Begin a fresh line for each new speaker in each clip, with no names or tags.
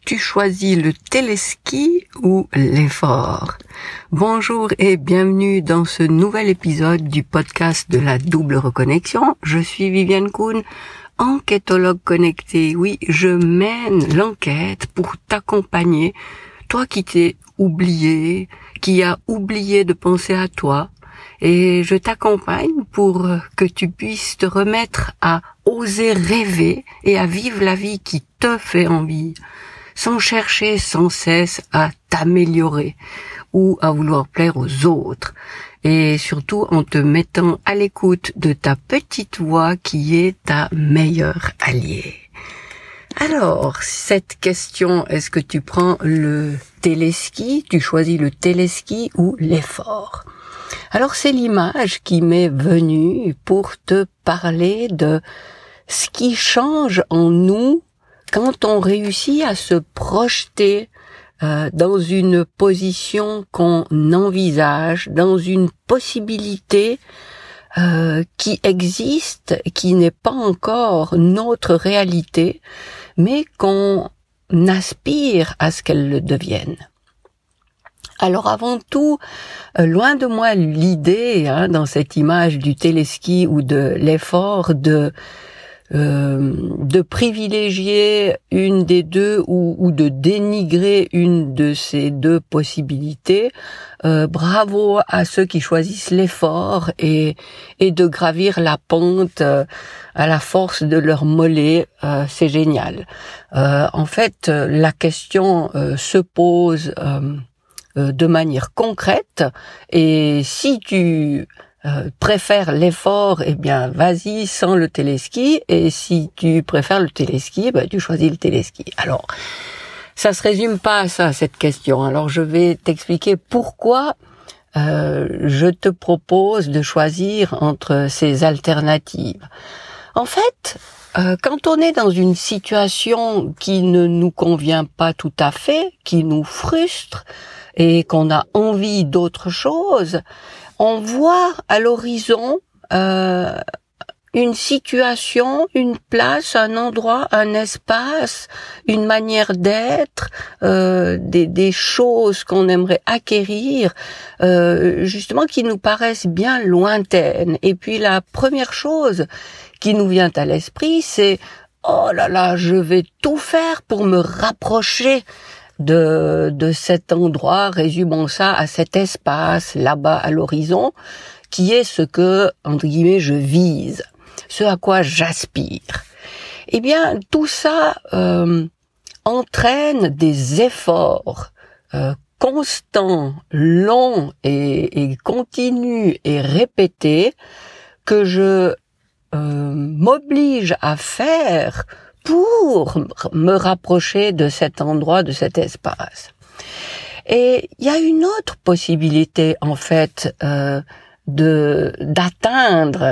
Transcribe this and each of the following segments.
Tu choisis le téléski ou l'effort? Bonjour et bienvenue dans ce nouvel épisode du podcast de la double reconnexion. Je suis Viviane Kuhn, enquêtologue connectée. Oui, je mène l'enquête pour t'accompagner, toi qui t'es oublié, qui a oublié de penser à toi. Et je t'accompagne pour que tu puisses te remettre à oser rêver et à vivre la vie qui te fait envie, sans chercher sans cesse à t'améliorer ou à vouloir plaire aux autres, et surtout en te mettant à l'écoute de ta petite voix qui est ta meilleure alliée. Alors, cette question, est-ce que tu prends le téléski, tu choisis le téléski ou l'effort? Alors c'est l'image qui m'est venue pour te parler de ce qui change en nous quand on réussit à se projeter dans une position qu'on envisage, dans une possibilité qui existe, qui n'est pas encore notre réalité, mais qu'on aspire à ce qu'elle le devienne. Alors avant tout, loin de moi l'idée, dans cette image du téléski ou de l'effort de privilégier une des deux ou de dénigrer une de ces deux possibilités. Bravo à ceux qui choisissent l'effort et de gravir la pente à la force de leur mollet, c'est génial. En fait, la question se pose de manière concrète, et si tu préfères l'effort, eh bien vas-y sans le téléski, et si tu préfères le téléski, tu choisis le téléski. Alors, ça se résume pas à ça, cette question. Alors je vais t'expliquer pourquoi je te propose de choisir entre ces alternatives. En fait, quand on est dans une situation qui ne nous convient pas tout à fait, qui nous frustre, et qu'on a envie d'autre chose, on voit à l'horizon une situation, une place, un endroit, un espace, une manière d'être, des choses qu'on aimerait acquérir, justement qui nous paraissent bien lointaines. Et puis la première chose qui nous vient à l'esprit, c'est « Oh là là, je vais tout faire pour me rapprocher de cet endroit, résumons ça à cet espace là-bas à l'horizon, qui est ce que, entre guillemets, je vise, ce à quoi j'aspire. » Eh bien, tout ça entraîne des efforts constants, longs et continus et répétés que je m'oblige à faire pour me rapprocher de cet endroit, de cet espace. Et il y a une autre possibilité, en fait, d'atteindre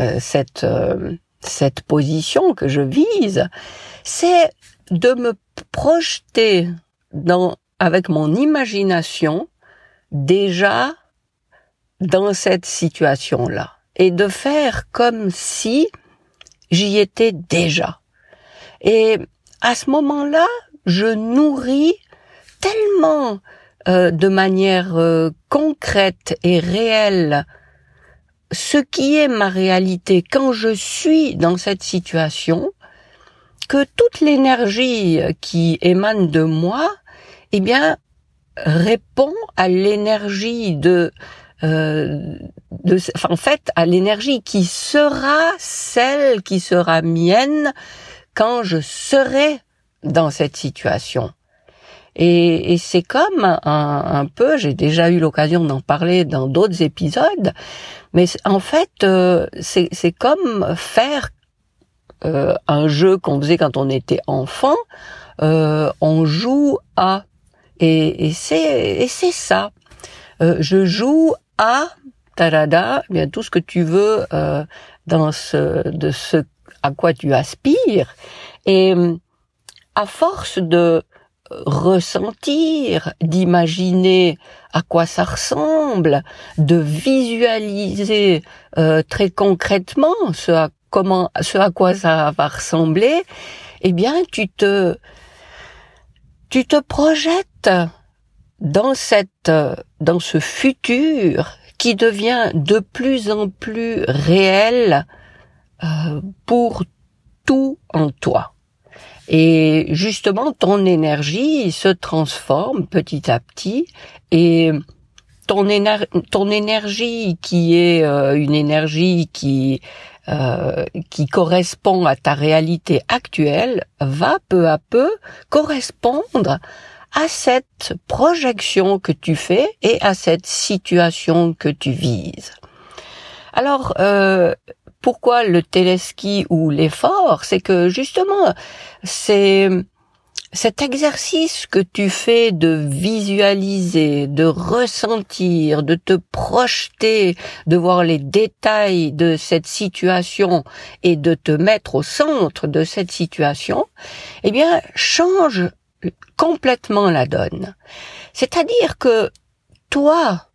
cette position que je vise, c'est de me projeter avec mon imagination déjà dans cette situation-là, et de faire comme si j'y étais déjà. Et à ce moment-là, je nourris tellement de manière concrète et réelle ce qui est ma réalité quand je suis dans cette situation, que toute l'énergie qui émane de moi, eh bien, répond à l'énergie en fait, à l'énergie qui sera celle qui sera mienne quand je serai dans cette situation. Et c'est comme un peu, j'ai déjà eu l'occasion d'en parler dans d'autres épisodes, mais en fait, c'est comme faire un jeu qu'on faisait quand on était enfant. On joue à, et c'est ça. Je joue à bien tout ce que tu veux de ce à quoi tu aspires, et à force de ressentir, d'imaginer à quoi ça ressemble, de visualiser très concrètement ce à quoi ça va ressembler, eh bien tu te tu te projettes dans ce futur qui devient de plus en plus réel pour tout en toi. Et justement, ton énergie se transforme petit à petit, et ton énergie qui est une énergie qui correspond à ta réalité actuelle va peu à peu correspondre à cette projection que tu fais et à cette situation que tu vises. Alors, pourquoi le téléski ou l'effort? C'est que justement, c'est cet exercice que tu fais de visualiser, de ressentir, de te projeter, de voir les détails de cette situation et de te mettre au centre de cette situation, eh bien, change complètement la donne. C'est-à-dire que toi,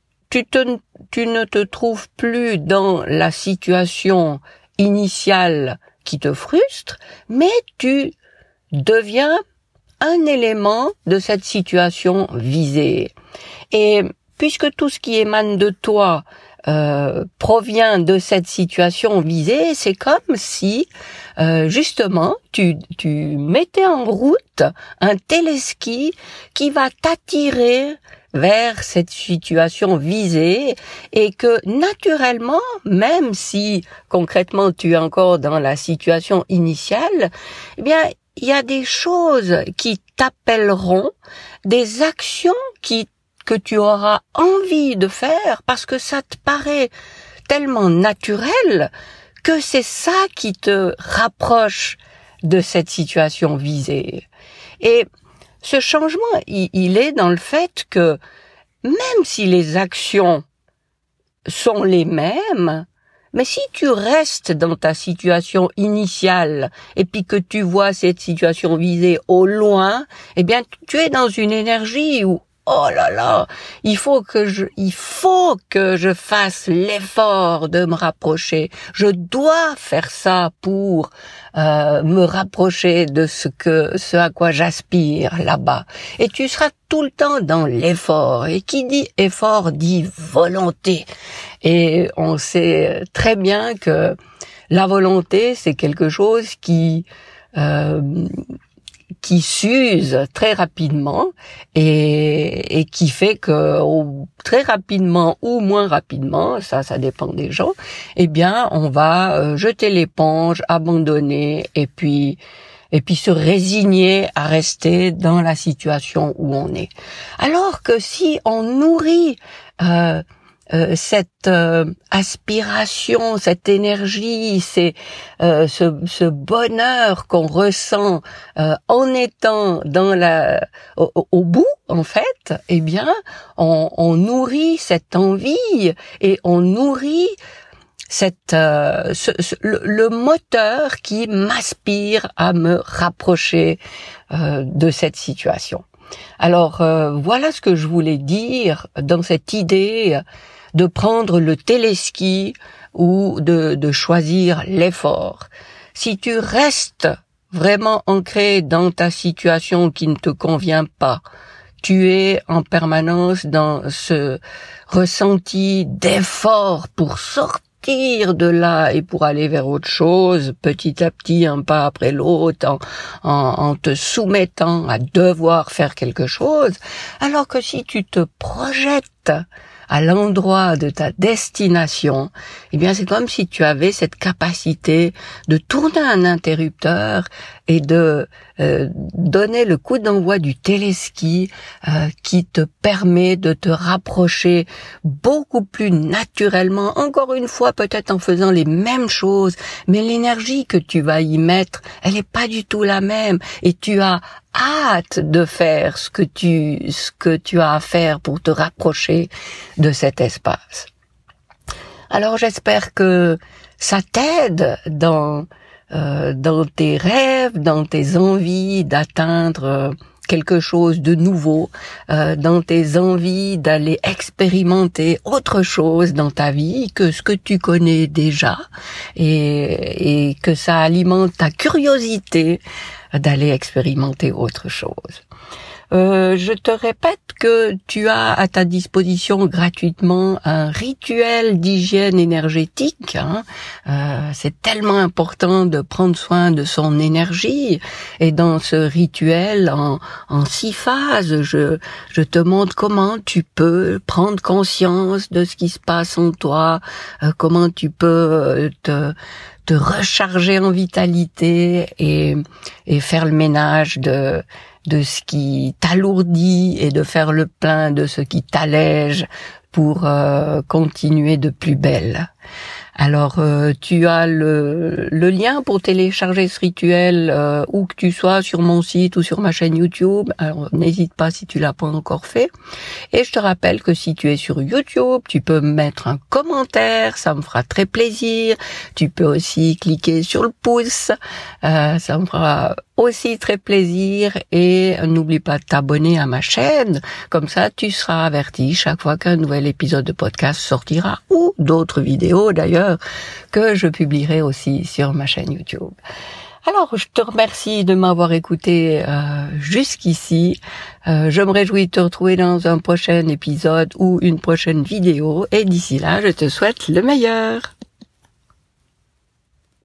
tu ne te trouves plus dans la situation initiale qui te frustre, mais tu deviens un élément de cette situation visée. Et puisque tout ce qui émane de toi provient de cette situation visée, c'est comme si justement tu mettais en route un téléski qui va t'attirer vers cette situation visée, et que naturellement, même si concrètement tu es encore dans la situation initiale, eh bien il y a des choses qui t'appelleront, des actions que tu auras envie de faire parce que ça te paraît tellement naturel que c'est ça qui te rapproche de cette situation visée. Et ce changement, il est dans le fait que même si les actions sont les mêmes, mais si tu restes dans ta situation initiale et puis que tu vois cette situation visée au loin, eh bien tu es dans une énergie où oh là là, il faut que je fasse l'effort de me rapprocher. Je dois faire ça pour me rapprocher de ce à quoi j'aspire là-bas. Et tu seras tout le temps dans l'effort. Et qui dit effort dit volonté. Et on sait très bien que la volonté, c'est quelque chose qui s'use très rapidement et qui fait que très rapidement ou moins rapidement, ça dépend des gens, eh bien on va jeter l'éponge, abandonner et puis se résigner à rester dans la situation où on est. Alors que si on nourrit cette aspiration, cette énergie, ce bonheur qu'on ressent en étant au bout, en fait, eh bien, on nourrit cette envie et on nourrit le moteur qui m'aspire à me rapprocher de cette situation. Alors voilà ce que je voulais dire dans cette idée de prendre le téléski ou de choisir l'effort. Si tu restes vraiment ancré dans ta situation qui ne te convient pas, tu es en permanence dans ce ressenti d'effort pour sortir de là et pour aller vers autre chose, petit à petit, un pas après l'autre, en te soumettant à devoir faire quelque chose, alors que si tu te projettes à l'endroit de ta destination, eh bien c'est comme si tu avais cette capacité de tourner un interrupteur et de donner le coup d'envoi du téléski qui te permet de te rapprocher beaucoup plus naturellement, encore une fois peut-être en faisant les mêmes choses, mais l'énergie que tu vas y mettre, elle est pas du tout la même, et tu as hâte de faire ce que tu as à faire pour te rapprocher de cet espace. Alors j'espère que ça t'aide dans tes rêves, dans tes envies d'atteindre quelque chose de nouveau, dans tes envies d'aller expérimenter autre chose dans ta vie que ce que tu connais déjà, et que ça alimente ta curiosité d'aller expérimenter autre chose. je te répète que tu as à ta disposition gratuitement un rituel d'hygiène énergétique. C'est tellement important de prendre soin de son énergie. Et dans ce rituel, en 6 phases, je te montre comment tu peux prendre conscience de ce qui se passe en toi, comment tu peux te recharger en vitalité et faire le ménage de ce qui t'alourdit et de faire le plein de ce qui t'allège pour continuer de plus belle. Alors, tu as le lien pour télécharger ce rituel où que tu sois sur mon site ou sur ma chaîne YouTube. Alors, n'hésite pas si tu l'as pas encore fait. Et je te rappelle que si tu es sur YouTube, tu peux mettre un commentaire, ça me fera très plaisir. Tu peux aussi cliquer sur le pouce, ça me fera aussi très plaisir. Et n'oublie pas de t'abonner à ma chaîne, comme ça tu seras averti chaque fois qu'un nouvel épisode de podcast sortira, ou d'autres vidéos d'ailleurs que je publierai aussi sur ma chaîne YouTube. Alors, je te remercie de m'avoir écouté jusqu'ici. Je me réjouis de te retrouver dans un prochain épisode ou une prochaine vidéo. Et d'ici là, je te souhaite le meilleur.